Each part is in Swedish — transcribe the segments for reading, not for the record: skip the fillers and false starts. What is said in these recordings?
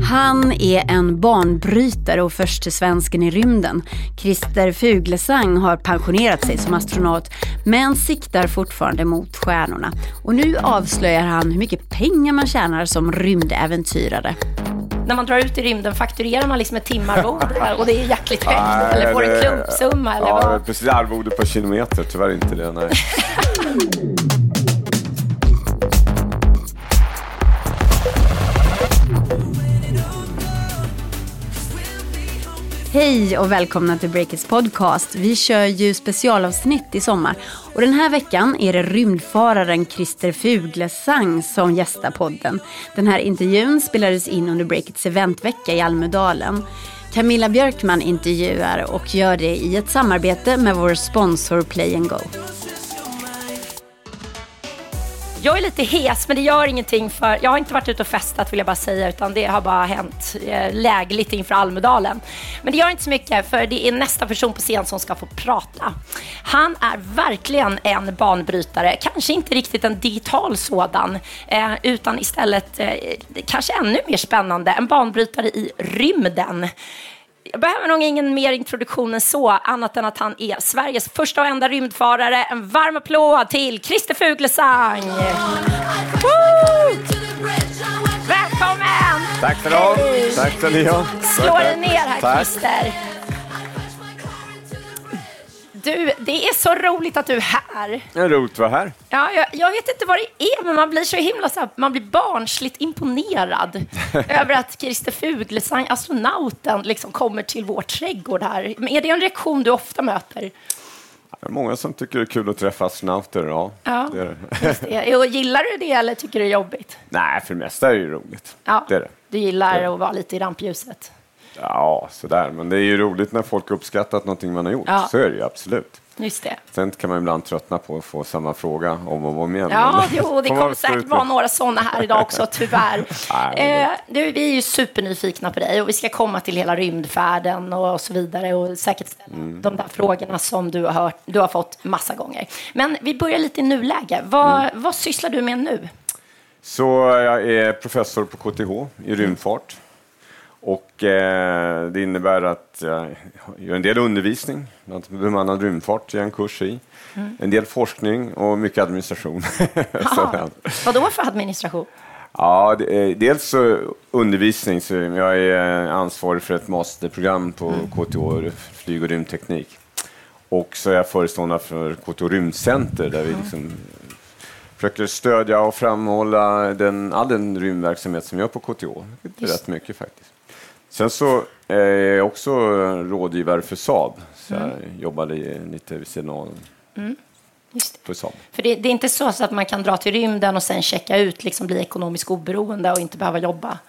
Han är en banbrytare och förste svensken i rymden. Christer Fuglesang har pensionerat sig som astronaut men siktar fortfarande mot stjärnorna. Och nu avslöjar han hur mycket pengar man tjänar som rymdäventyrare. När man drar ut i rymden fakturerar man liksom ett timarvode och det är jäkligt högt. Eller får en klumpsumma eller vad? Ja, precis, arvode per kilometer, tyvärr inte det, nej. Hej och välkomna till Breakits podcast. Vi kör ju specialavsnitt i sommar. Och den här veckan är det rymdfararen Christer Fuglesang som gästar podden. Den här intervjun spelades in under Breakits eventvecka i Almedalen. Camilla Björkman intervjuar och gör det i ett samarbete med vår sponsor Play & Go. Jag är lite hes, men det gör ingenting för jag har inte varit ute och festat vill jag bara säga, utan det har bara hänt lägligt inför Almedalen. Men det gör inte så mycket för det är nästa person på scen som ska få prata. Han är verkligen en banbrytare, kanske inte riktigt en digital sådan, utan istället kanske ännu mer spännande, en banbrytare i rymden. Jag behöver nog ingen mer introduktion än så, annat än att han är Sveriges första och enda rymdfarare. En varm applåd till Christer Fuglesang! Välkommen! Tack för det. Tack för det. Slå dig ner här, tack. Christer. Du, det är så roligt att du är här. Det är roligt att vara här. Ja, jag vet inte vad det är, men man blir så himla så här, man blir barnsligt imponerad över att Christer Fuglesang, astronauten, liksom kommer till vår trädgård här. Men är det en reaktion du ofta möter? Det är många som tycker det är kul att träffa astronauter, ja. Det är det. Just det. Och gillar du det eller tycker du det är jobbigt? Nej, för det mesta är det ju roligt. Ja, det är det. Du gillar att vara lite i rampljuset. Ja, sådär. Men det är ju roligt när folk uppskattat någonting man har gjort. Ja. Så är det ju, absolut. Just det. Sen kan man ibland tröttna på att få samma fråga om och om igen. Ja, det kommer säkert vara några sådana här idag också, tyvärr. Vi är ju supernyfikna på dig och vi ska komma till hela rymdfärden och så vidare och säkert ställa de där frågorna som du har fått massa gånger. Men vi börjar lite i nuläge. Vad sysslar du med nu? Så jag är professor på KTH i rymdfart. Och det innebär att jag gör en del undervisning, bemannad rymdfart i en kurs i. En del forskning och mycket administration. Vad då för administration? Ja, dels så undervisning. Så jag är ansvarig för ett masterprogram på KTH, flyg- och rymdteknik. Och så är jag föreståndare för KTH Rymdcenter där vi liksom försöker stödja och framhålla all den rymdverksamhet som jag på KTH. Det är rätt mycket faktiskt. Sen så är jag också rådgivare för Saab. Så jag jobbade lite vid sidan av för Saab. För det är inte så att man kan dra till rymden och sen checka ut, liksom bli ekonomiskt oberoende och inte behöva jobba?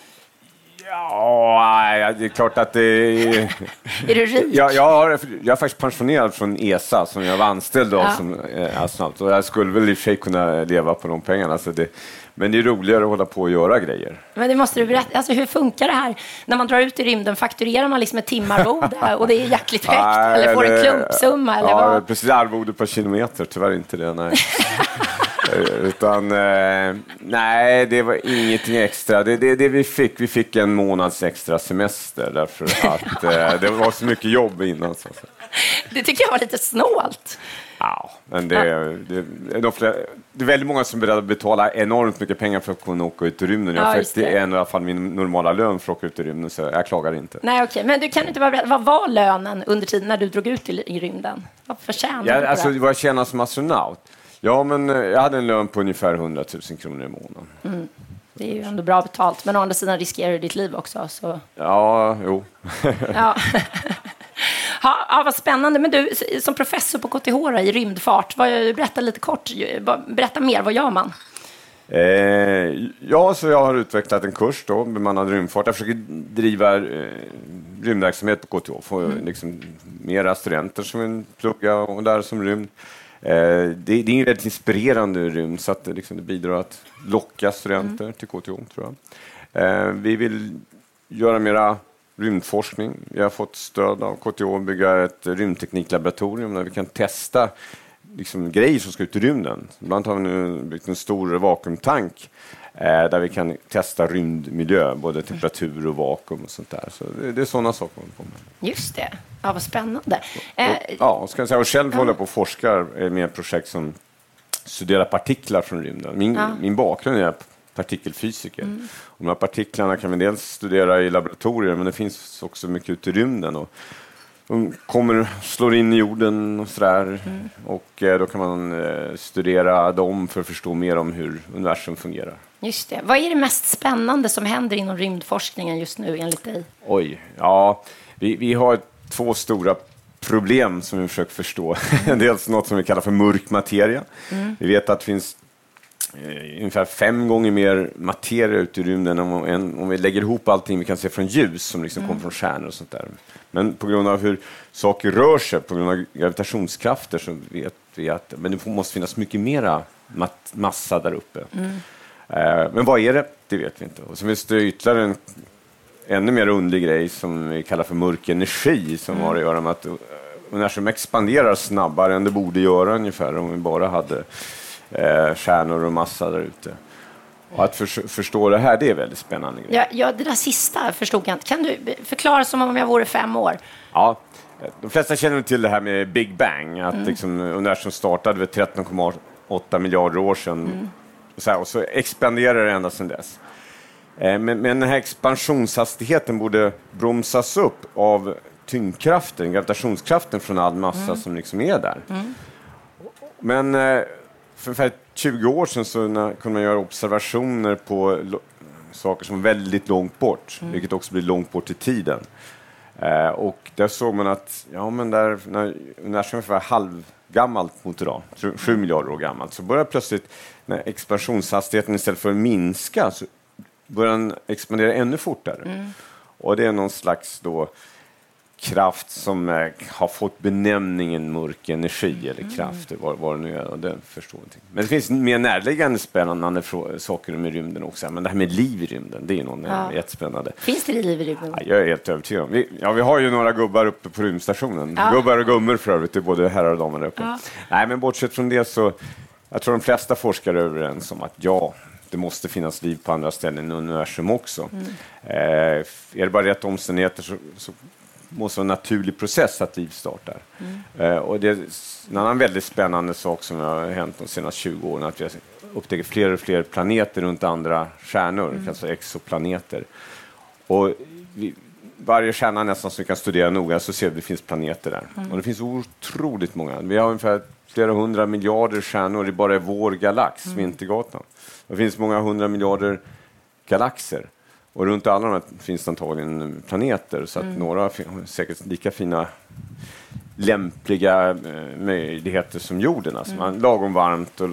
Ja, det är klart att det är... Är du rik? Jag är faktiskt pensionerad från ESA som jag var anställd av som astronaut. Och jag skulle väl i och för sig kunna leva på de pengarna. Så men det är roligare att hålla på och göra grejer. Men det måste du berätta. Alltså, hur funkar det här? När man drar ut i rymden fakturerar man liksom ett timarvode och det är jäkligt högt. Eller får en klumpsumma eller vad? Ja, precis, arvode per kilometer. Tyvärr inte det, nej. Utan nej, det var ingenting extra. Det vi fick en månads extra semester därför att det var så mycket jobb innan. Så. Det tycker jag var lite snålt. Ja, men det är väldigt många som är beredda att betala enormt mycket pengar för att kunna åka ut i rymden. Det är i alla fall min normala lön för att åka ut i rymden, så jag klagar inte. Nej, okej. Men du kan inte bara berätta, vad var lönen under tiden när du drog ut i rymden? Vad förtjänade du? Alltså, vad jag tjänade som astronaut? Ja, men jag hade en lön på ungefär 100 000 kronor i månaden. Det är ju ändå bra betalt, men å andra sidan riskerar du ditt liv också. Så. Ja, jo. Ja. Ja, vad spännande. Men du, som professor på KTH i rymdfart, berätta lite kort. Berätta mer, vad gör man? Så jag har utvecklat en kurs då, bemannad rymdfart. Jag försöker driva rymdverksamhet på KTH. Få liksom mera studenter som vill plugga och där som rymd. Det är en väldigt inspirerande rymd så att det bidrar att locka studenter till KTH, tror jag. Vi vill göra mera rymdforskning. Vi har fått stöd av KTH att bygga ett rymdtekniklaboratorium där vi kan testa grejer som ska ut i rymden. Ibland har vi nu byggt en stor vakuumtank där vi kan testa rymdmiljö, både temperatur och vakuum och sånt där. Så det är sådana saker man får med. Just det. Ja, vad spännande. Och själv håller jag på och forskar med ett projekt som studerar partiklar från rymden. Min bakgrund är partikelfysiker. Och de här partiklarna kan vi dels studera i laboratorier, men det finns också mycket ute i rymden. Och de slår in i jorden och sådär. Och då kan man studera dem för att förstå mer om hur universum fungerar. Just det. Vad är det mest spännande som händer inom rymdforskningen just nu enligt dig? Vi har 2 stora problem som vi försöker förstå. Dels något som vi kallar för mörk materia. Vi vet att det finns ungefär 5 gånger mer materia ute i rymden om vi lägger ihop allting vi kan se från ljus som liksom kommer från stjärnor och sånt där. Men på grund av hur saker rör sig, på grund av gravitationskrafter, så vet vi att det måste finnas mycket mera massa där uppe. Men vad är det? Det vet vi inte. Och så finns det ytterligare en ännu mer underlig grej som vi kallar för mörk energi, som har att göra med att universum expanderar snabbare än det borde göra ungefär om vi bara hade stjärnor och massa där ute. Och att förstå det här, det är väldigt spännande. Ja, det där sista förstod jag inte. Kan du förklara som om jag vore 5 år? Ja, de flesta känner till det här med Big Bang. Att liksom universum startade vid 13,8 miljarder år sedan. Och så expanderar det ända sedan dess. Men den här expansionshastigheten borde bromsas upp av tyngdkraften, gravitationskraften från all massa som liksom är där. Men för ungefär 20 år sedan så kunde man göra observationer på saker som var väldigt långt bort, vilket också blir långt bort i tiden. Och där såg man att när universum är ungefär halvgammalt mot idag, 7 miljarder år gammalt, så börjar plötsligt när expansionshastigheten istället för att minska så börjar den expandera ännu fortare. Och det är någon slags då kraft som har fått benämningen mörk energi eller kraft, vad det nu är, och det förstår jag inte. Men det finns mer närliggande spännande saker med rymden också. Men det här med liv i rymden, det är någon jättespännande. Finns det liv i rymden? Ja, jag är helt övertygad om. Vi har ju några gubbar uppe på rymdstationen. Gubbar och gummor för övrigt, det är både herrar och damer där uppe. Nej, men bortsett från det så jag tror de flesta forskare är överens om att det måste finnas liv på andra ställen i universum också. Är det bara rätt omständigheter så måste vara en naturlig process att liv startar. Och det är en annan väldigt spännande sak som har hänt de senaste 20 åren, att vi upptäcker fler och fler planeter runt andra stjärnor, alltså exoplaneter. Och varje stjärna nästan som vi kan studera noga så ser vi att det finns planeter där. Och det finns otroligt många. Vi har ungefär flera 100 miljarder stjärnor bara i vår galax, Vintergatan. Det finns många 100 miljarder galaxer. Och runt alla de här finns antagligen planeter, så att några har säkert lika fina lämpliga möjligheter som jorden. Alltså man lagom varmt och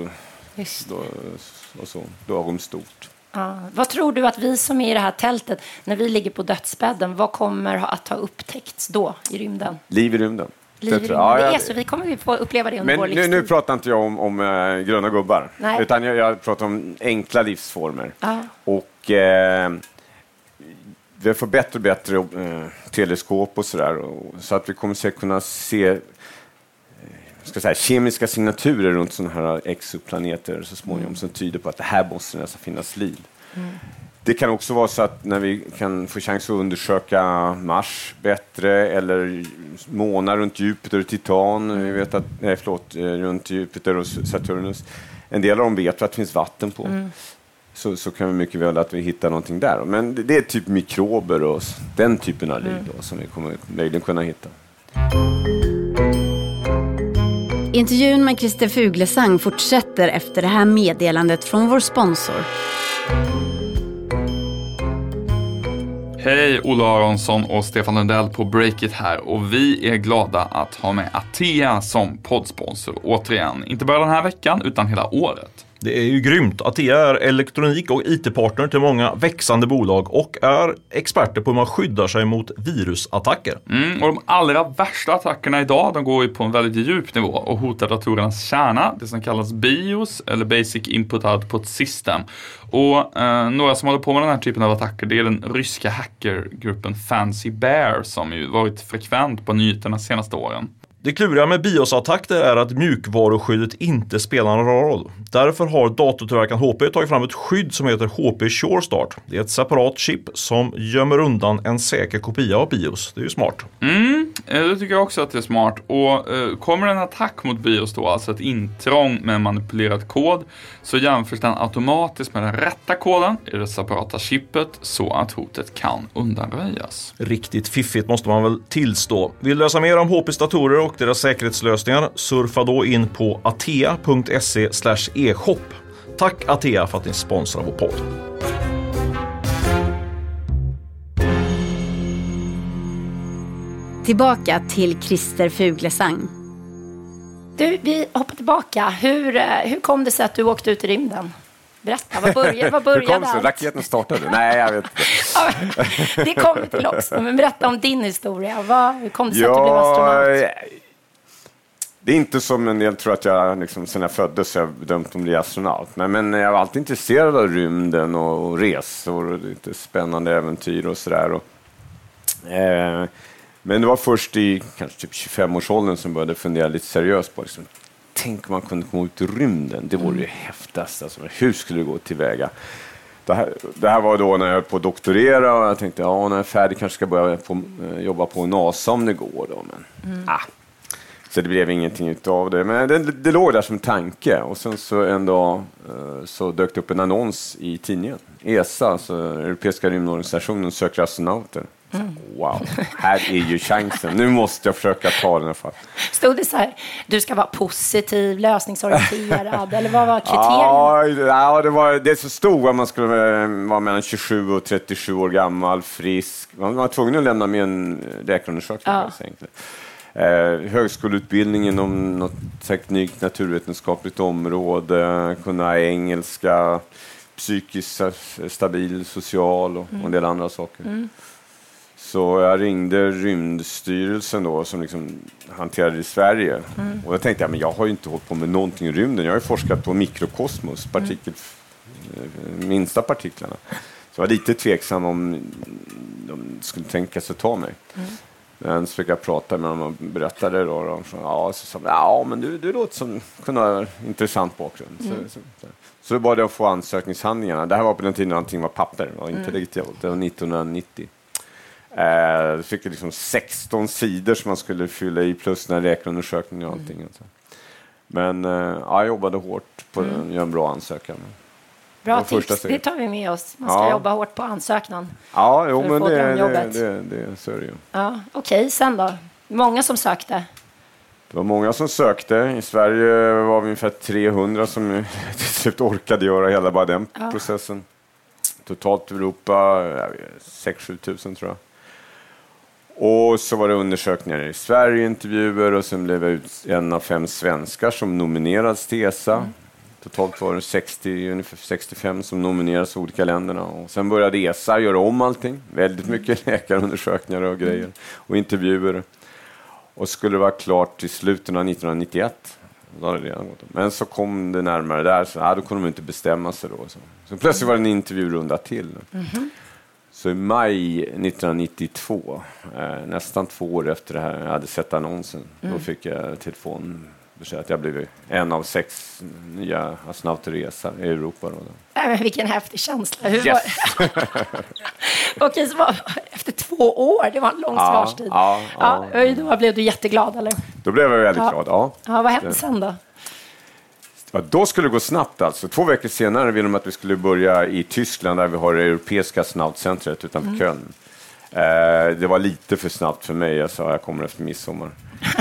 så, lagom stort. Vad tror du att vi som är i det här tältet, när vi ligger på dödsbädden, vad kommer att ha upptäckts då i rymden? Liv i rymden. Så vi kommer få uppleva det under vår livstid. Nu pratar inte jag om gröna gubbar. Nej. Utan jag pratar om enkla livsformer. Och vi får bättre och bättre teleskop och sådär, så att vi kommer att kunna se kemiska signaturer runt sådana här exoplaneter så småningom som tyder på att det här måste nästan finnas liv. Det kan också vara så att när vi kan få chans att undersöka Mars bättre, eller månar runt Jupiter och Titan, vi vet att runt Jupiter och Saturnus, en del av dem vet att det finns vatten på. Så kan vi mycket väl att vi hittar någonting där. Men det är typ mikrober och den typen av liv då, som vi kommer möjligen kunna hitta. Intervjun med Christer Fuglesang fortsätter efter det här meddelandet från vår sponsor. Hej, Ola Aronsson och Stefan Lundell på Breakit här, och vi är glada att ha med Atea som poddsponsor återigen. Inte bara den här veckan utan hela året. Det är ju grymt. Atea är elektronik- och IT-partner till många växande bolag och är experter på hur man skyddar sig mot virusattacker. Och de allra värsta attackerna idag, de går ju på en väldigt djup nivå och hotar datorernas kärna, det som kallas BIOS eller Basic Input Output System. Och några som håller på med den här typen av attacker, det är den ryska hackergruppen Fancy Bear, som ju varit frekvent på nyheterna de senaste åren. Det kluriga med BIOS-attacker är att mjukvaruskyddet inte spelar någon roll. Därför har datortillverkaren HP tagit fram ett skydd som heter HP Sure Start. Det är ett separat chip som gömmer undan en säker kopia av BIOS. Det är ju smart. Det tycker jag också att det är smart. Och kommer en attack mot BIOS då, alltså ett intrång med manipulerad kod, så jämförs den automatiskt med den rätta koden i det separata chippet så att hotet kan undanröjas. Riktigt fiffigt måste man väl tillstå. Vill du läsa mer om HPs datorer och deras säkerhetslösningar, surfa då in på atea.se/e-shop. Tack Atea för att ni sponsrar vår podd. Tillbaka till Christer Fuglesang. Du, vi hoppar tillbaka. Hur kom det sig att du åkte ut i rymden? Berätta, vad började Hur kom allt? raketen startade? Nej, jag vet inte. Det kommer till också, men berätta om din historia. Hur kom det sig att du blev astronaut? Det är inte som en del tror att jag liksom, sen jag föddes så jag bedömt om att bli astronaut. Men jag var alltid intresserad av rymden och resor och lite spännande äventyr och sådär. Men det var först i kanske typ 25-årsåldern som började fundera lite seriöst på liksom, tänk om man kunde komma ut i rymden. Det vore ju häftigast. Alltså, hur skulle det gå tillväga? Det här var då när jag höll på att doktorera och jag tänkte när jag är färdig kanske ska börja jobba på NASA om det går. Då, men, Så det blev ingenting utav det. Men det låg där som tanke. Och sen så en dag så dök det upp en annons i tidningen. ESA, alltså Europeiska rymdorganisationen, söker astronauter. Wow, här är ju chansen. Nu måste jag försöka ta den här fall. Stod det så här, du ska vara positiv, lösningsorienterad, eller vad var kriterierna? Ja, det så stod att man skulle vara mellan 27 och 37 år gammal, frisk. Man var tvungen att lämna med en läkarundersökning. Högskoleutbildning inom något teknik, naturvetenskapligt område, kunna engelska, psykiskt stabil, social och en del andra saker. Så jag ringde Rymdstyrelsen då, som liksom hanterade i Sverige. Och jag tänkte, men jag har ju inte hållit på med någonting i rymden. Jag har ju forskat på mikrokosmos, minsta partiklarna. Så jag var lite tveksam om de skulle tänka sig ta mig. Men så fick jag prata med dem och berättade då. Och så sa men du låter som kunde ha en intressant bakgrund. Så det var det att få ansökningshandlingarna. Det här var på den tiden allting var papper. Det var inte digitalt. Det var 1990. Jag fick liksom 16 sidor som man skulle fylla i plus den här räkneundersökningen och allting. Men jag jobbade hårt på att göra en bra ansökan. Bra tips, det tar vi med oss. Man ska jobba hårt på ansökan. Ja, men det så är det ju. Ja, okej, sen då? Många som sökte? Det var många som sökte. I Sverige var vi ungefär 300 som till slut orkade göra hela bara den processen. Totalt i Europa 6-7 tusen tror jag. Och så var det undersökningar i Sverige, intervjuer, och sen blev jag en av 5 svenskar som nominerades till ESA. Totalt var det ungefär 65 som nominerades i olika länderna. Och sen började ESA göra om allting. Väldigt mycket läkarundersökningar och grejer. Och intervjuer. Och skulle vara klart till slutet av 1991. Men så kom det närmare där. Så då kunde de inte bestämma sig då. Så plötsligt var det en intervjurunda till. Så i maj 1992, nästan 2 år efter det här jag hade sett annonsen, då fick jag telefon att jag blev en av 6 nya astronauter i ESA i Europa. Men vilken häftig känsla. Okej, så efter 2 år, det var en lång svarstid. Då blev du jätteglad, eller? Då blev jag väldigt glad, ja. Vad hände sen då? Ja, då skulle det gå snabbt alltså. 2 veckor senare ville de att vi skulle börja i Tyskland där vi har det europeiska astronautcentret utanför Köln. Det var lite för snabbt för mig. Jag sa jag kommer efter midsommar.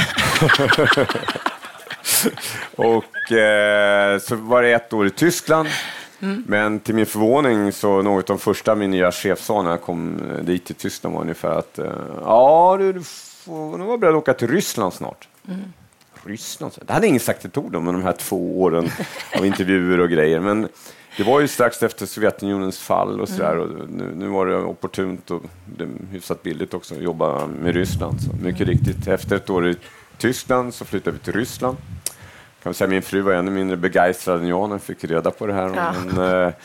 Och så var det 1 år i Tyskland. Men till min förvåning så något av de första min nya chef sa när jag kom dit till Tyskland var ungefär att du får nog vara beredd att åka till Ryssland snart. Ryssland. Det hade ingen sagt ett ord om de här 2 åren av intervjuer och grejer. Men det var ju strax efter Sovjetunionens fall och sådär. Och nu var det opportunt och det är hyfsat billigt också att jobba med Ryssland. Så mycket riktigt. Efter 1 år i Tyskland så flyttade vi till Ryssland. Kan säga min fru var ännu mindre begeistrad än jag när jag fick reda på det här. Men,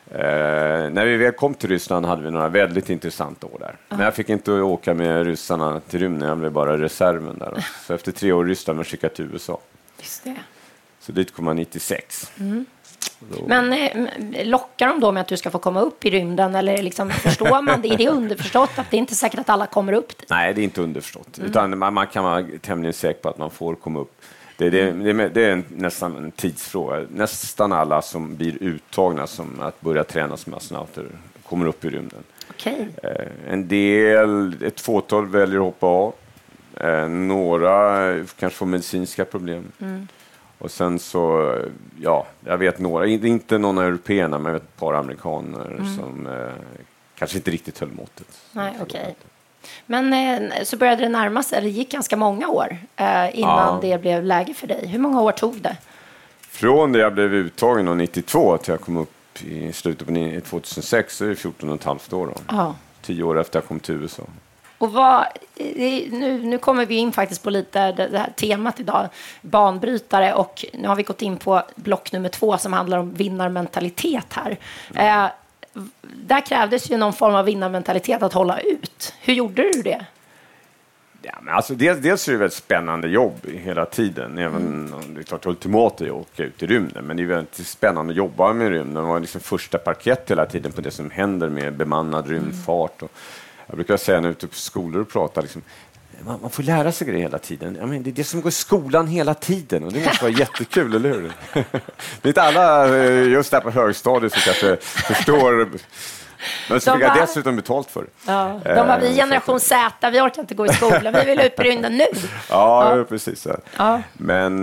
När vi väl kom till Ryssland hade vi några väldigt intressanta år där. Men jag fick inte åka med ryssarna till rymden, jag blev bara reserven där. Så efter 3 år i Ryssland var jag skickad till USA. Just det. Så dit kom man 96. Men lockar de då med att du ska få komma upp i rymden? Eller liksom, förstår man det? Är det underförstått att det är inte säkert att alla kommer upp dit? Nej, det är inte underförstått. Utan man kan vara tämligen säker på att man får komma upp. Det är nästan en tidsfråga. Nästan alla som blir uttagna som att börja träna som astronauter kommer upp i rymden. Okay. Ett fåtal väljer att hoppa av. Några kanske får medicinska problem. Och sen så, jag vet några, inte någon av européerna, men jag vet ett par amerikaner som kanske inte riktigt höll måttet. Nej, okej. Men så började det närma sig, det gick ganska många år innan det blev läge för dig. Hur många år tog det? Från det jag blev uttagen 92 till jag kom upp i slutet på 2006 så är det 14,5 år då. 10 år efter jag kom till USA. Och nu kommer vi in faktiskt på lite det här temat idag, banbrytare, och nu har vi gått in på block nummer 2 som handlar om vinnarmentalitet här. Där krävdes ju någon form av vinnarmentalitet att hålla ut. Hur gjorde du det? Ja, men alltså dels är det ett spännande jobb hela tiden. Även om det är klart ultimat är att åka ut i rymden. Men det är väldigt spännande att jobba med rymden. Det var liksom första parkett hela tiden på det som händer med bemannad rymdfart. Och jag brukar säga när ute på skolor och prata liksom, man får lära sig grejer hela tiden. Jag menar, det är det som går i skolan hela tiden. Och det måste vara jättekul, eller hur? Det är inte alla just där på högstadiet som kanske förstår. Men så fick jag dessutom betalt för det. Ja, de var vi generation Z, vi orkar inte gå i skolan. Vi vill ut på rymden nu. Ja, precis. Ja. Men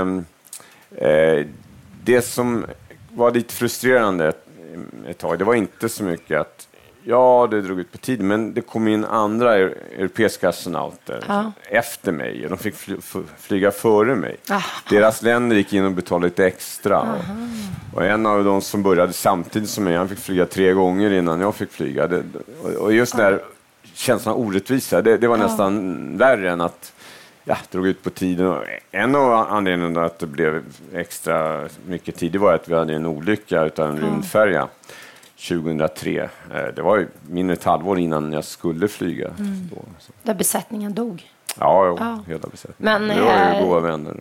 det som var lite frustrerande ett tag, det var inte så mycket att det drog ut på tiden, men det kom in andra europeiska astronauter efter mig och de fick flyga före mig. Deras länder gick in och betalade lite extra. Och en av de som började samtidigt som mig, han fick flyga 3 gånger innan jag fick flyga. Och just när känslan av orättvisa, det var nästan värre än att drog ut på tiden. Och en av anledningarna att det blev extra mycket tid var att vi hade en olycka utav en rymdfärja 2003. Det var ju mindre ett halvår innan jag skulle flyga. Då, så. Där besättningen dog. Ja, hela besättningen. Men det var ju goda vänner.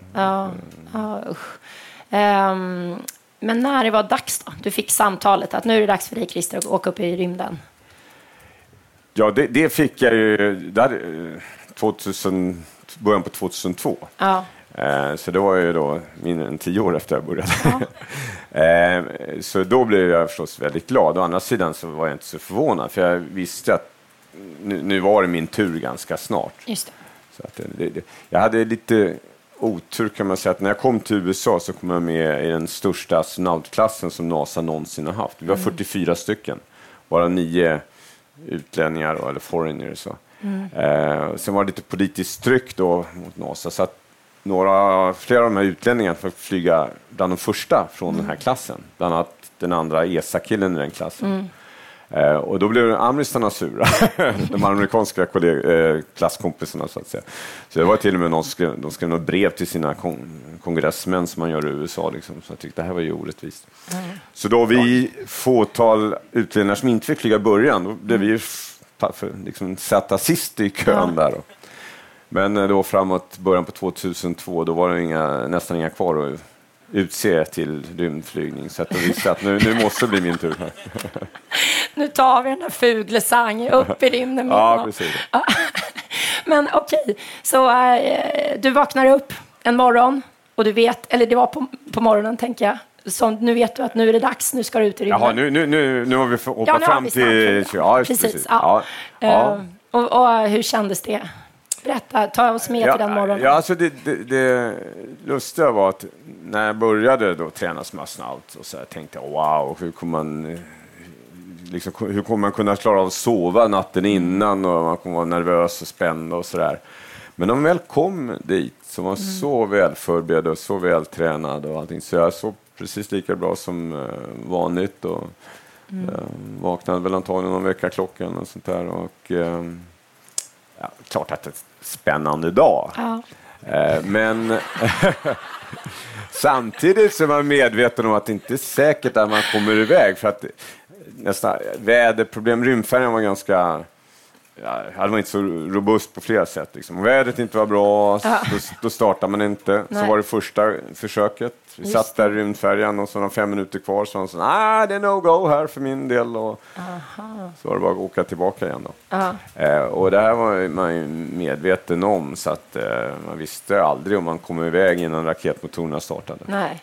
Men när det var dags då? Du fick samtalet att nu är det dags för dig, Christer, att åka upp i rymden. Ja, det fick jag ju början på 2002. Så det var ju då mindre än 10 år efter jag började. Så då blev jag förstås väldigt glad. Å andra sidan så var jag inte så förvånad. För jag visste att nu var det min tur ganska snart. Just det. Så att jag hade lite otur kan man säga. Att när jag kom till USA så kom jag med i den största astronautklassen som NASA någonsin har haft. Vi var 44 stycken. Bara 9 utlänningar eller foreigners. Sen var det lite politiskt tryck då mot NASA. Så att flera av de här utlänningarna fick flyga bland de första från den här klassen. Bland annat den andra ESA-killen i den klassen. Och då blev amristarna sura. De amerikanska klasskompisarna så att säga. Så det var till och med de skrev något brev till sina kongressmän som man gör i USA. Liksom. Så jag tyckte det här var ju orättvist. Så då vi fåtal utlänningar som inte fick flyga i början, då blev vi liksom satta sist i kön där då. Men då framåt början på 2002 då var det nästan inga kvar att utse till rymdflygning. Så att de visste att nu måste det bli min tur här. Nu tar vi den där Fuglesang upp i rymden. Ja, precis. Men okej, så du vaknar upp en morgon och du vet, eller det var på morgonen tänker jag. Så nu vet du att nu är det dags, nu ska du ut i rymden. Jaha, nu har vi hoppat fram till... Ja, precis. Ja. Och hur kändes det? Berätta, ta oss med till den morgonen. Ja, alltså det lustiga var att när jag började då träna som astronaut och så här, tänkte jag, wow, hur kommer man kunna klara av att sova natten innan och man kommer vara nervös och spänd och sådär. Men när man väl kom dit så var man så väl förberedd och så väl tränad och allting, så jag såg precis lika bra som vanligt och vaknade väl antagligen någon vecka klockan och sånt där och klart att det är en spännande dag. Men samtidigt så är man medveten om att det inte är säkert att man kommer iväg, för att nästan väderproblem, rymdfärjan var ganska... Ja, hade man inte så robust på flera sätt. Liksom. Vädret inte var bra, då startade man inte. Nej. Så var det första försöket. Vi satt där i rymdfärjan och så var 5 minuter kvar. Så det är no-go här för min del. Och så var det bara att åka tillbaka igen. Då. Och det här var man medveten om, så att man visste aldrig om man kom iväg innan raketmotorerna startade. Nej.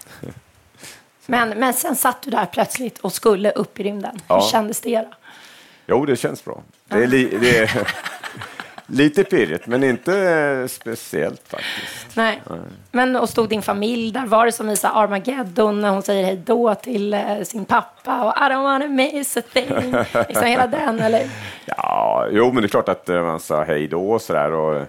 Men sen satt du där plötsligt och skulle upp i rymden. Hur kändes det då? Jo, det känns bra. Det är lite pirrigt, men inte speciellt faktiskt. Nej. Men och stod din familj där? Var det som i Armageddon när hon säger hej då till sin pappa och I don't wanna miss a thing? Liksom hela den, eller? Ja, jo, men det är klart att man sa hej då och sådär. Och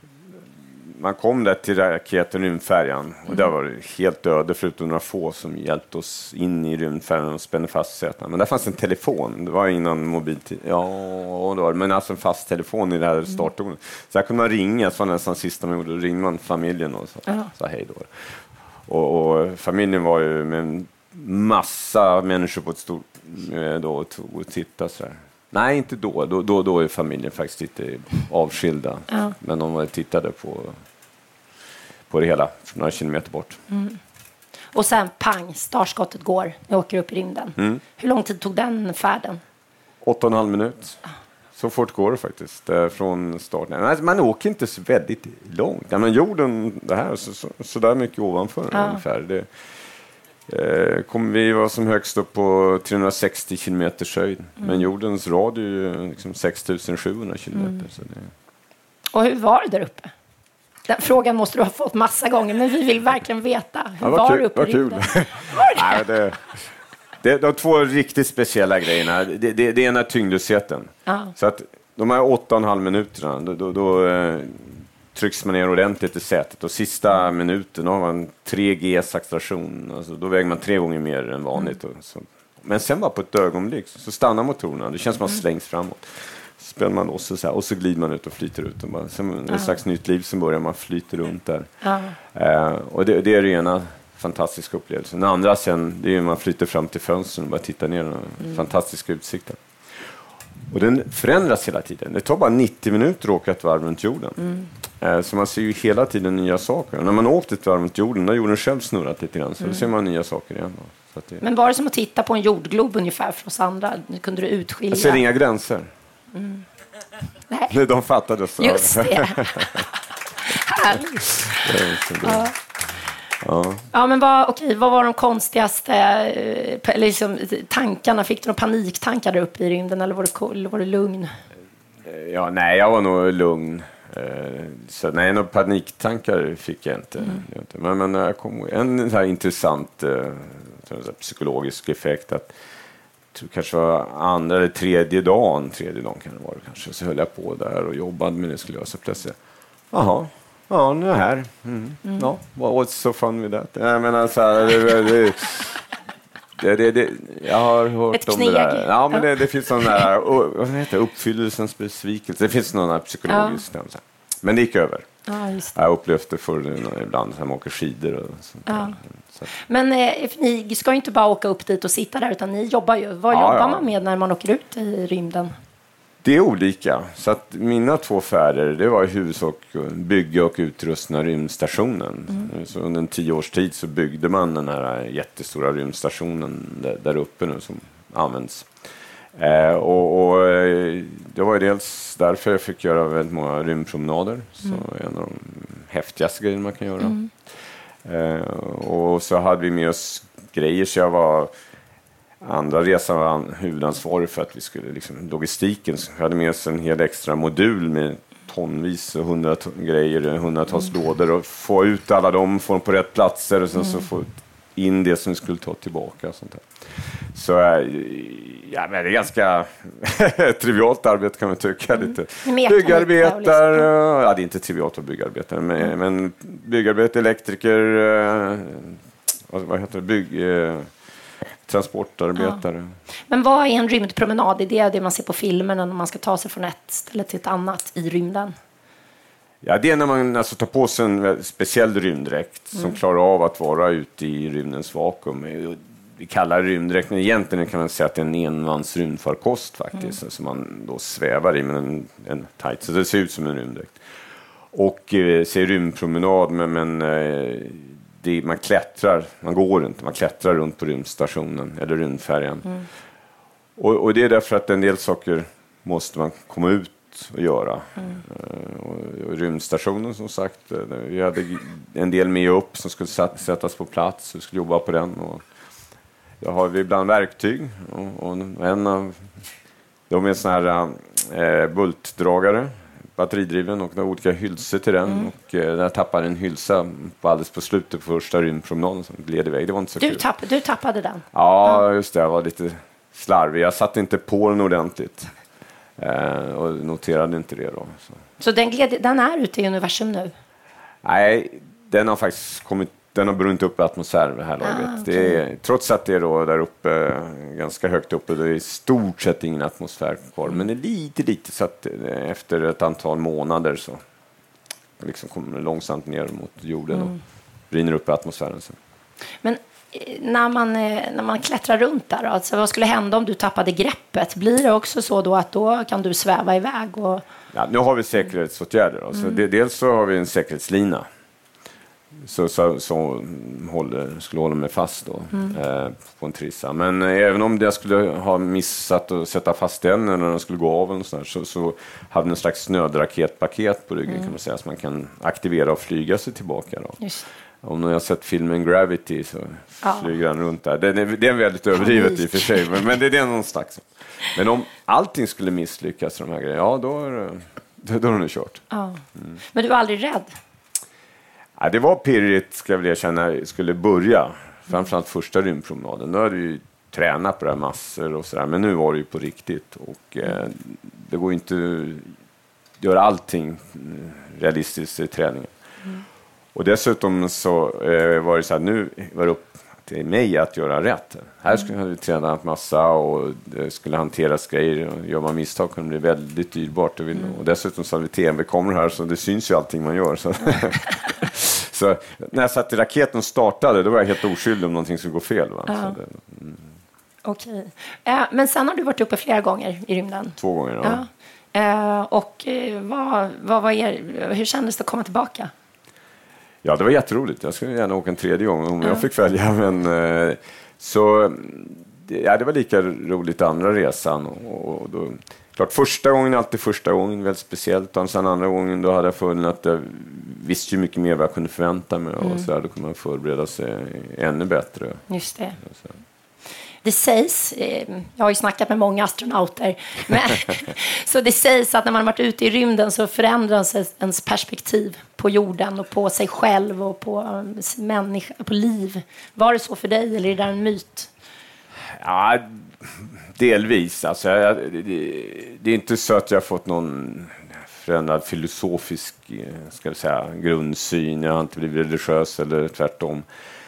man kom där till raketen rymdfärjan och där var det helt öde förutom några få som hjälpte oss in i rymdfärjan och spände fast sätena. Men där fanns en telefon, det var innan mobiltid. Men alltså en fast telefon i det här starttornet. Så där kunde man ringa, så var nästan sista man gjorde, då ringde man familjen och sa hej då. Och familjen var ju med en massa människor på ett stort då och tittade så här. Nej, inte då. Då är familjen faktiskt lite avskilda. Men de tittade på det hela några kilometer bort. Och sen pang, startskottet går. Jag åker upp i rymden. Hur lång tid tog den färden? 8,5 minut. Så fort går det faktiskt från starten. Nej, man åker inte så väldigt långt. Men jorden, det här, så där mycket ovanför ungefär. Vi var som högst upp på 360 kilometers höjd. Men jordens radie är liksom 6700 kilometer. Så det... Och hur var det där uppe? Den frågan måste du ha fått massa gånger, men vi vill verkligen veta. Hur var det uppe i rymden? Var det? Det är de två riktigt speciella grejerna. Det ena är tyngdlösheten. Så att de här 8,5 minuterna, då trycks man ner ordentligt i sätet. Och sista minuten har man 3Gs acceleration. Alltså, då väger man 3 gånger mer än vanligt. Och så. Men sen bara på ett ögonblick så stannar motorerna. Det känns som att man slängs framåt. Så spelar man loss och så glider man ut och flyter ut. Och bara, sen ett slags nytt liv som börjar, man flyter runt där. Och det är rena fantastiska upplevelser. Den andra sen, det är att man flyter fram till fönstren och bara tittar ner. Fantastiska utsikter. Och den förändras hela tiden. Det tar bara 90 minuter att åka ett varv runt jorden. Så man ser ju hela tiden nya saker. Och när man åkte ett varv runt jorden, där jorden själv snurrat lite grann. Så då ser man nya saker igen. Så att Men var det som att titta på en jordglob ungefär för oss andra? Kunde du utskilja? Jag ser inga gränser. Nej. De fattade så. Just det. Ja, men vad var de konstigaste liksom, tankarna? Fick du några paniktankar där uppe i rymden, eller var du lugn? Nej, jag var nog lugn. Så nej, några paniktankar fick jag inte. Men jag kom en här intressant psykologisk effekt att kanske var andra eller tredje dagen kan det vara kanske, så höll jag på där och jobbade med det, skulle jag så plötsligt. Jaha. Ja, nu är jag här. Ja, what's so fun with that? Jag menar så här, jag har hört ett om kneg. det där. Ja, men det finns sån där, vad heter det, uppfyllelsens besvikelse. Det finns någon där psykologisk. Men det gick över. Just det. Jag upplevde det förr ibland när man åker skidor och sånt där. Så. Men ni ska ju inte bara åka upp dit och sitta där, utan ni jobbar ju. Vad jobbar man med när man åker ut i rymden? Det är olika. Så att mina 2 färder, det var i huvudsak bygga och utrusta rymdstationen. Så under en 10 års tid så byggde man den här jättestora rymdstationen där uppe nu som används. Och det var ju dels därför jag fick göra väldigt många rymdpromenader. Så en av de häftigaste grejerna man kan göra. Och så hade vi med oss grejer, så jag var... Andra resan var huvudansvarig för att vi skulle logistiken. Så vi hade med oss en hel extra modul med tonvis och 100-tals lådor och få ut alla dem, få dem på rätt platser och sen så få in det som vi skulle ta tillbaka och sånt där. Så men det är ganska trivialt arbete kan man tycka. Lite. Byggarbetare, det är inte trivialt att byggarbetare, men byggarbete, elektriker, vad heter det, transportarbetare. Men vad är en rymdpromenad? Är det man ser på filmerna när man ska ta sig från ett ställe till ett annat i rymden? Ja, det är när man alltså tar på sig en speciell rymddräkt som klarar av att vara ute i rymdens vakuum. Vi kallar rymddräkt, men egentligen kan man säga att det är en enmans rymdfarkost faktiskt, som man då svävar i med en tight, så det ser ut som en rymddräkt. Och ser rymdpromenad, men man klättrar, man går runt, man klättrar runt på rymdstationen eller rymdfärjan. Och det är därför att en del saker måste man komma ut och göra. Och rymdstationen, som sagt, vi hade en del med upp som skulle sättas på plats, vi skulle jobba på den. Och då har vi ibland verktyg, och en av de är sån här bultdragare, batteridriven, och olika hylsor till den, och där tappade en hylsa alldeles på slutet på första rymdpromenaden som gled iväg. Det var inte så kul. Du tappade den? Ja, just det. Jag var lite slarvig. Jag satte inte på den ordentligt och noterade inte det då. Så den är ute i universum nu? Nej, den har faktiskt den har brunnit upp i atmosfären det här laget. Okay. Det är, trots att det är då där uppe, ganska högt uppe, det är i stort sett ingen atmosfär kvar. Men det är lite så att efter ett antal månader så liksom kommer det långsamt ner mot jorden och brinner upp i atmosfären. Så. Men när man klättrar runt där, alltså, vad skulle hända om du tappade greppet? Blir det också så då att då kan du sväva iväg? Ja, nu har vi säkerhetsåtgärder. Alltså. Dels så har vi en säkerhetslina. Så skulle hålla mig fast då, på en trissa. Men även om jag skulle ha missat att sätta fast den eller den skulle gå av så hade en slags nödraketpaket på ryggen, kan man säga, så man kan aktivera och flyga sig tillbaka då. Just. Om ni har sett filmen Gravity så flyger den runt där. Det är väldigt överdrivet i och för sig, men det är någon slags. Men om allting skulle misslyckas de här grejerna, ja då är det kört. Ja. Men du var aldrig rädd? Ja, det var pirrigt, ska jag vilja känna, skulle börja. Framförallt första rymdpromenaden. Nu hade vi ju tränat på det här massor och sådär. Men nu var det ju på riktigt. Och det går inte att göra allting realistiskt i träningen. Och dessutom så var det så här, nu var det upp till mig att göra rätt. Här skulle vi träna en massa och det skulle hanteras grejer. Och gör man misstag kan det bli väldigt dyrbart. Och dessutom så hade vi tv-kameror här, så det syns ju allting man gör. Så. Så när jag satt i raketen startade, då var jag helt oskyldig om någonting skulle gå fel. Va? Ja. Okej. Men sen har du varit uppe flera gånger i rymden. 2 gånger, ja. Och hur kändes det att komma tillbaka? Ja, det var jätteroligt. Jag skulle gärna åka en 3:e gång om jag fick välja. Men, så det var lika roligt andra resan. Och då, klart, första gången, alltid första gången, väldigt speciellt. Och sen andra gången, då hade jag funnit att jag visste ju mycket mer vad jag kunde förvänta mig. Och så här, då kunde man förbereda sig ännu bättre. Just det. Det sägs, jag har ju snackat med många astronauter, så det sägs att när man har varit ute i rymden så förändras ens perspektiv på jorden och på sig själv och på människa, på liv. Var det så för dig, eller är det en myt? Ja, delvis. Alltså, det är inte så att jag har fått någon förändrad filosofisk, ska jag säga, grundsyn. Jag har inte blivit religiös eller tvärtom.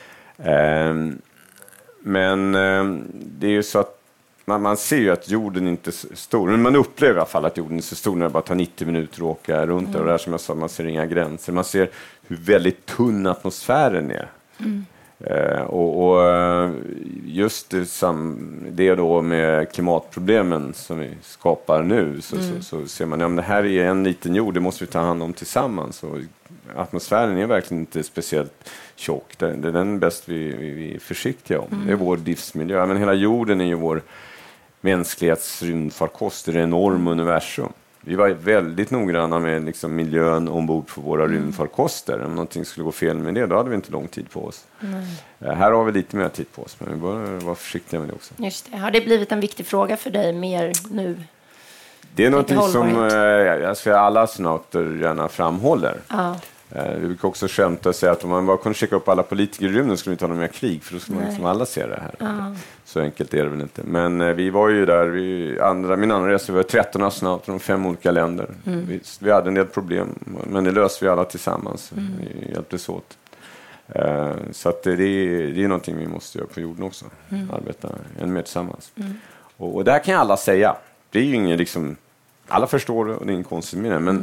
Men det är ju så att man ser ju att jorden inte är så stor. Men man upplever i alla fall att jorden är så stor när det bara tar 90 minuter att åka runt. Och där, som jag sa, man ser inga gränser. Man ser hur väldigt tunn atmosfären är. Och just det då med klimatproblemen som vi skapar nu, så ser man att det här är en liten jord, det måste vi ta hand om tillsammans. Och atmosfären är verkligen inte speciellt tjock. Det är den bäst vi är försiktiga om. Det är vår livsmiljö. Men hela jorden är ju vår mänsklighets rymdfarkost, det är en enorm universum. Vi var väldigt noggranna med liksom miljön ombord på våra rymdfarkoster. Om någonting skulle gå fel med det, då hade vi inte lång tid på oss. Här har vi lite mer tid på oss, men vi bör vara försiktiga med det också. Just det. Har det blivit en viktig fråga för dig mer nu? Det är någonting som alla astronauter gärna framhåller. Vi brukar också skämta och säga att om man bara kunde checka upp alla politiker i rymden skulle vi inte ha någon mer krig, för då skulle man liksom alla se det här. Så enkelt är det väl inte. Men vi var ju där, min andra resa var 13 astronauter från 5 olika länder. Vi hade en del problem, men det löste vi alla tillsammans. Vi hjälptes åt. Så att det är någonting vi måste göra på jorden också. Arbeta än mer tillsammans. Och där kan alla säga. Det är ju ingen liksom, alla förstår det och det är ingen konstigt med det. Men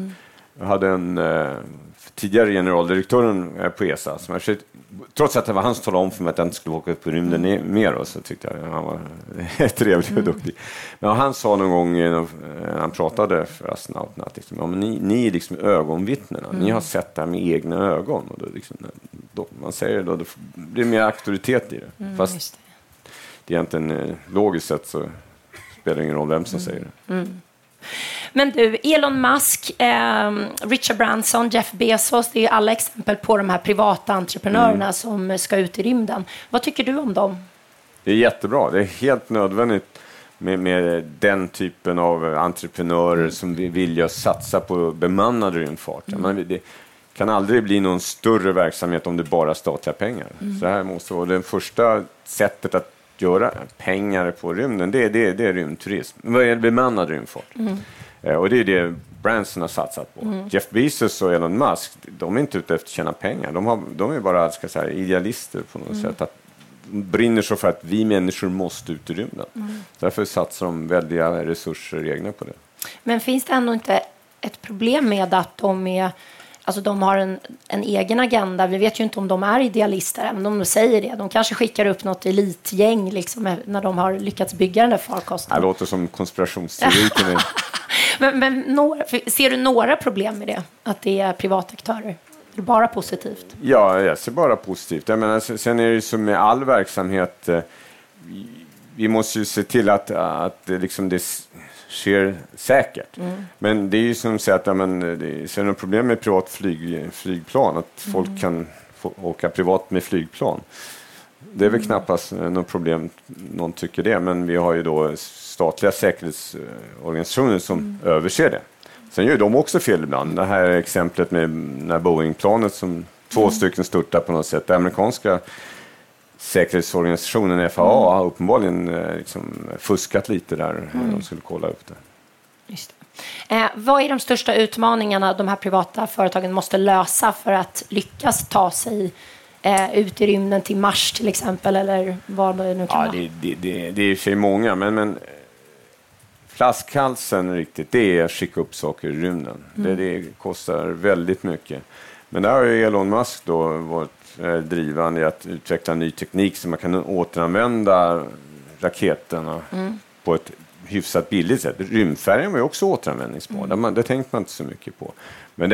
Jag hade en tidigare generaldirektören på ESA som jag försökte, trots att det var han som talade om för mig att jag inte skulle åka upp på rymden mer, och så tyckte jag han var trevlig och duktig. Men han sa någon gång när han pratade för astronauterna att liksom, ni är liksom ögonvittnena. Ni har sett det här med egna ögon. Och då man säger det, då blir det mer auktoritet i det. Fast det är egentligen logiskt sett så spelar det ingen roll vem som säger det. Men du, Elon Musk, Richard Branson, Jeff Bezos, det är alla exempel på de här privata entreprenörerna som ska ut i rymden. Vad tycker du om dem? Det är jättebra. Det är helt nödvändigt med den typen av entreprenörer som vill satsa på bemannad rymdfart. Det kan aldrig bli någon större verksamhet om det bara är statliga pengar. Så här måste vara det första sättet att göra pengar på rymden, det är rymdturism. Vad är bemannad rymdfart? Och det är det Branson har satsat på. Jeff Bezos och Elon Musk, de är inte ute efter att tjäna pengar. De är bara idealister på något sätt. Att brinner så för att vi människor måste ut i rymden. Därför satsar de väldiga resurser egna på det. Men finns det ändå inte ett problem med att de har en egen agenda? Vi vet ju inte om de är idealister, även om de säger det. De kanske skickar upp något elitgäng liksom, när de har lyckats bygga den där farkosten. Det låter som konspirationsteoriker. men ser du några problem med det? Att det är privata aktörer? Är det bara positivt? Ja, jag ser bara positivt. Jag menar, sen är det ju som med all verksamhet. Vi måste ju se till att liksom det sker säkert. Men det är ju som att säga att det är något problem med privat flygplan. Att folk kan åka privat med flygplan. Det är väl knappast något problem, någon tycker det. Men vi har ju då statliga säkerhetsorganisationer som överser det. Sen gör de också fel ibland. Det här exemplet med när Boeing-planet som 2 stycken störtar på något sätt. Det amerikanska säkerhetsorganisationen FAA har uppenbarligen fuskat lite där när de skulle kolla upp det. Just det. Vad är de största utmaningarna de här privata företagen måste lösa för att lyckas ta sig ut i rymden till Mars till exempel, eller vad det nu kan vara? Det är i sig många, men flaskhalsen riktigt, det är att skicka upp saker i rymden. Det kostar väldigt mycket. Men där har ju Elon Musk då varit drivande i att utveckla ny teknik så man kan återanvända raketerna på ett hyfsat billigt sätt. Rymdfärjan var ju också återanvändningsbar. Det tänkte man inte så mycket på. Men det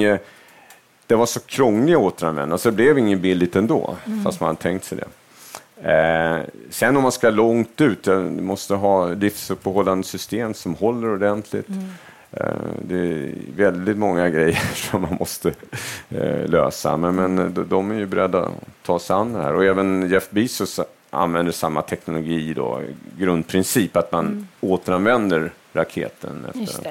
var så krångligt att återanvända så det blev ingen billigt ändå, fast man hade tänkt sig det. Sen om man ska långt ut, man måste ha livsuppehållande system som håller ordentligt. Det är väldigt många grejer som man måste lösa, men de är ju beredda att ta sig an det här. Och även Jeff Bezos använder samma teknologi då, grundprincip att man återanvänder raketen efter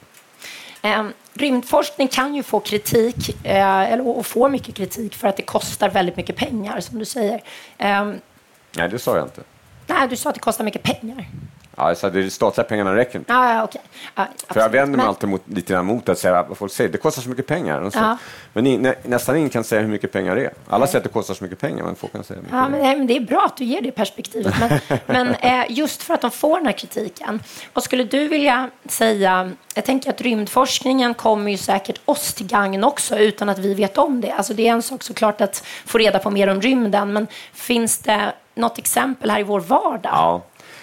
rymdforskning kan ju få kritik och få mycket kritik för att det kostar väldigt mycket pengar, som du säger. Nej, det sa jag inte. Nej, du sa att det kostar mycket pengar. Ja, så det statliga pengarna räcker inte. Okay. För jag vänder mig alltid lite emot att säga vad folk säger. Det kostar så mycket pengar. Och så. Men nästan ingen kan säga hur mycket pengar det är. Alla säger att det kostar så mycket pengar, men folk kan säga mycket pengar. Men det är bra att du ger det perspektivet. Men just för att de får den här kritiken. Vad skulle du vilja säga? Jag tänker att rymdforskningen kommer ju säkert oss till gagn också utan att vi vet om det. Alltså det är en sak såklart att få reda på mer om rymden. Men finns det något exempel här i vår vardag? Ja.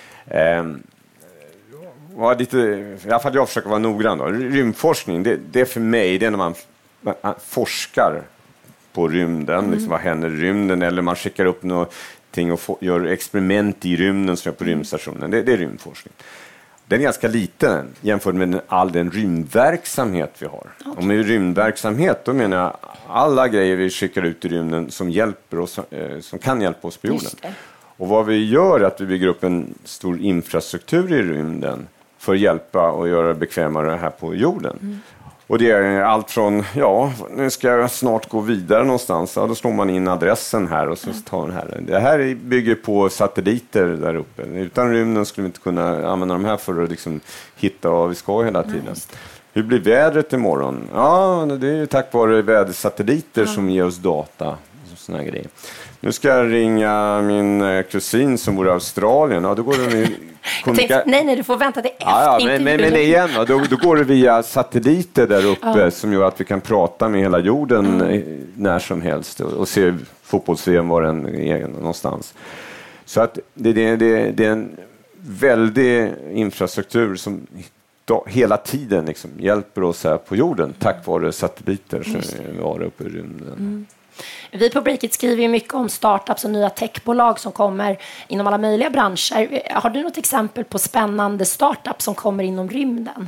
I alla fall jag försöker vara noggrann då. Rymdforskning, det är för mig det är när man forskar på rymden, liksom vad händer i rymden, eller man skickar upp någonting och gör experiment i rymden som är på rymdstationen. Det är rymdforskning. Den är ganska liten jämfört med all den rymdverksamhet vi har. Okay. Och med rymdverksamhet då menar jag alla grejer vi skickar ut i rymden som hjälper oss, som kan hjälpa oss på jorden. Och vad vi gör är att vi bygger upp en stor infrastruktur i rymden för att hjälpa och göra det bekvämare här på jorden. Och det är allt från, nu ska jag snart gå vidare någonstans. Ja, då slår man in adressen här och så tar den här. Det här bygger på satelliter där uppe. Utan rymden skulle vi inte kunna använda de här för att liksom hitta vad vi ska hela tiden. Hur blir vädret imorgon? Ja, det är ju tack vare vädersatelliter som ger oss data. såna grejer. Nu ska jag ringa min kusin som bor i Australien. Ja, då går det nej, du får vänta till efter men igen, då går det via satelliter där uppe som gör att vi kan prata med hela jorden när som helst och se fotbolls-VM var den är någonstans. Så att det är en väldig infrastruktur som hela tiden liksom hjälper oss här på jorden tack vare satelliter som var uppe i rymden. Vi på Breakit skriver ju mycket om startups och nya techbolag som kommer inom alla möjliga branscher. Har du något exempel på spännande startups som kommer inom rymden?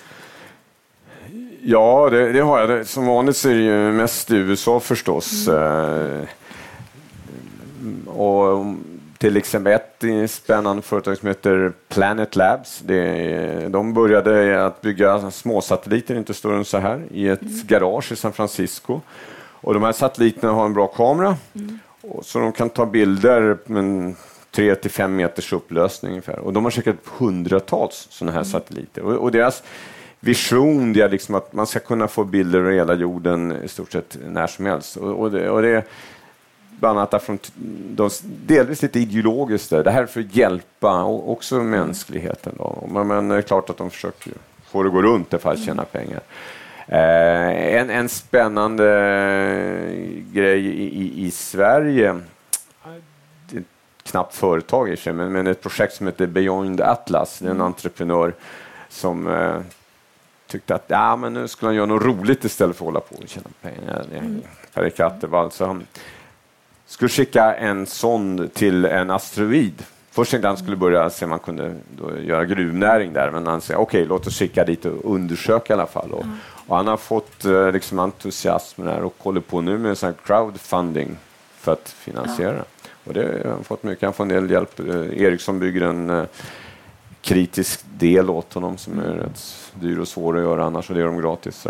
Ja, det har jag. Som vanligt så är det ju mest i USA förstås. Och till exempel ett spännande företag som heter Planet Labs. De började att bygga små satelliter, inte större än så här, i ett garage i San Francisco. Och de här satelliterna har en bra kamera. Så de kan ta bilder med 3-5 meters upplösning ungefär. Och de har säkert hundratals sådana här satelliter. Och deras vision är liksom att man ska kunna få bilder över hela jorden i stort sett när som helst. Och det bland annat från delvis lite ideologiskt där. Det här är för att hjälpa också mänskligheten. Då. Men det är klart att de försöker få det att gå runt för att tjäna pengar. En spännande grej i Sverige, det är knappt företag i sig, men ett projekt som heter Beyond Atlas. Det är en entreprenör som tyckte att men nu skulle han göra något roligt istället för att hålla på och tjäna pengar. Per Kattervall, så han skulle skicka en sond till en asteroid. Först tänkte han skulle börja se om man kunde göra gruvnäring där, men han säger okej, låt oss skicka dit och undersöka i alla fall. Och han har fått liksom entusiasm där och håller på nu med sån crowdfunding för att finansiera. Och det har han fått mycket. Han får en del hjälp. Ericsson bygger en kritisk del åt honom som är rätt dyr och svår att göra annars, och det gör de gratis.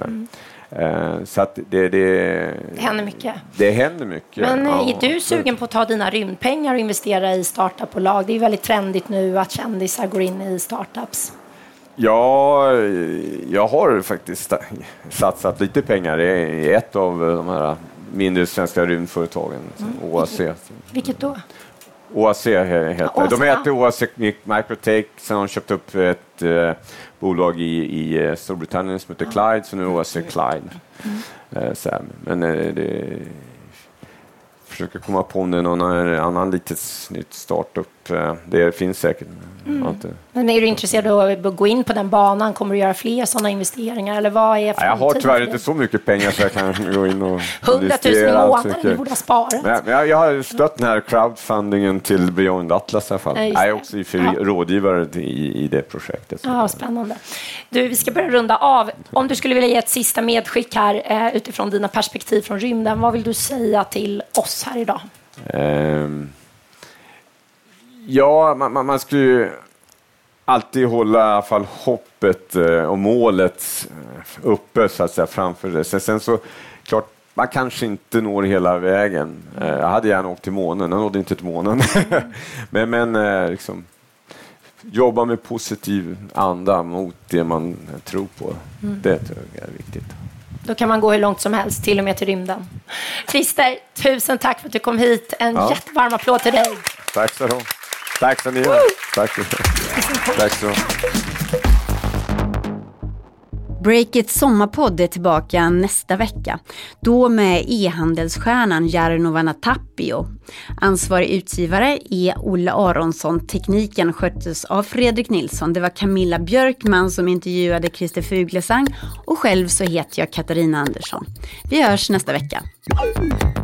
Så att det händer mycket. Det händer mycket. Men är du sugen på att ta dina rymdpengar och investera i startupbolag? Det är väldigt trendigt nu att kändisar går in i startups. Ja, jag har faktiskt satsat lite pengar i ett av de här mindre svenska rymdföretagen, OAC. Vilket då? OAC heter. De heter OAC Microtech, sen har de köpt upp ett bolag i Storbritannien som heter Clyde, så nu är OAC Clyde. Men det försöker komma på om det är någon annan litet nytt startup. Det finns säkert. Men är du intresserad av att gå in på den banan? Kommer du göra fler sådana investeringar? Eller vad är jag har tyvärr inte så mycket pengar så jag kan gå in och 100 000 i månaden, du borde ha sparat. Men jag har stött den här crowdfundingen till Beyond Atlas i alla fall. Jag är också rådgivare i det projektet. Ja, spännande. Du, vi ska börja runda av. Om du skulle vilja ge ett sista medskick här utifrån dina perspektiv från rymden, vad vill du säga till oss här idag? Ja, man skulle ju alltid hålla i alla fall hoppet och målet uppe så att säga framför det. Sen så klart, man kanske inte når hela vägen. Jag hade gärna åkt till månen, jag nådde inte till månen. men liksom, jobba med positiv anda mot det man tror på. Det tror jag är viktigt. Då kan man gå hur långt som helst, till och med till rymden. Christer, tusen tack för att du kom hit. En jättevarm applåd till dig. Tack så mycket. Tack så mycket. Tack så mycket. Breakits sommarpodd är tillbaka nästa vecka. Då med e-handelsstjärnan Jarno Vanhatapio. Ansvarig utgivare är Olle Aronsson. Tekniken sköttes av Fredrik Nilsson. Det var Camilla Björkman som intervjuade Christer Fuglesang. Och själv så heter jag Katarina Andersson. Vi hörs nästa vecka.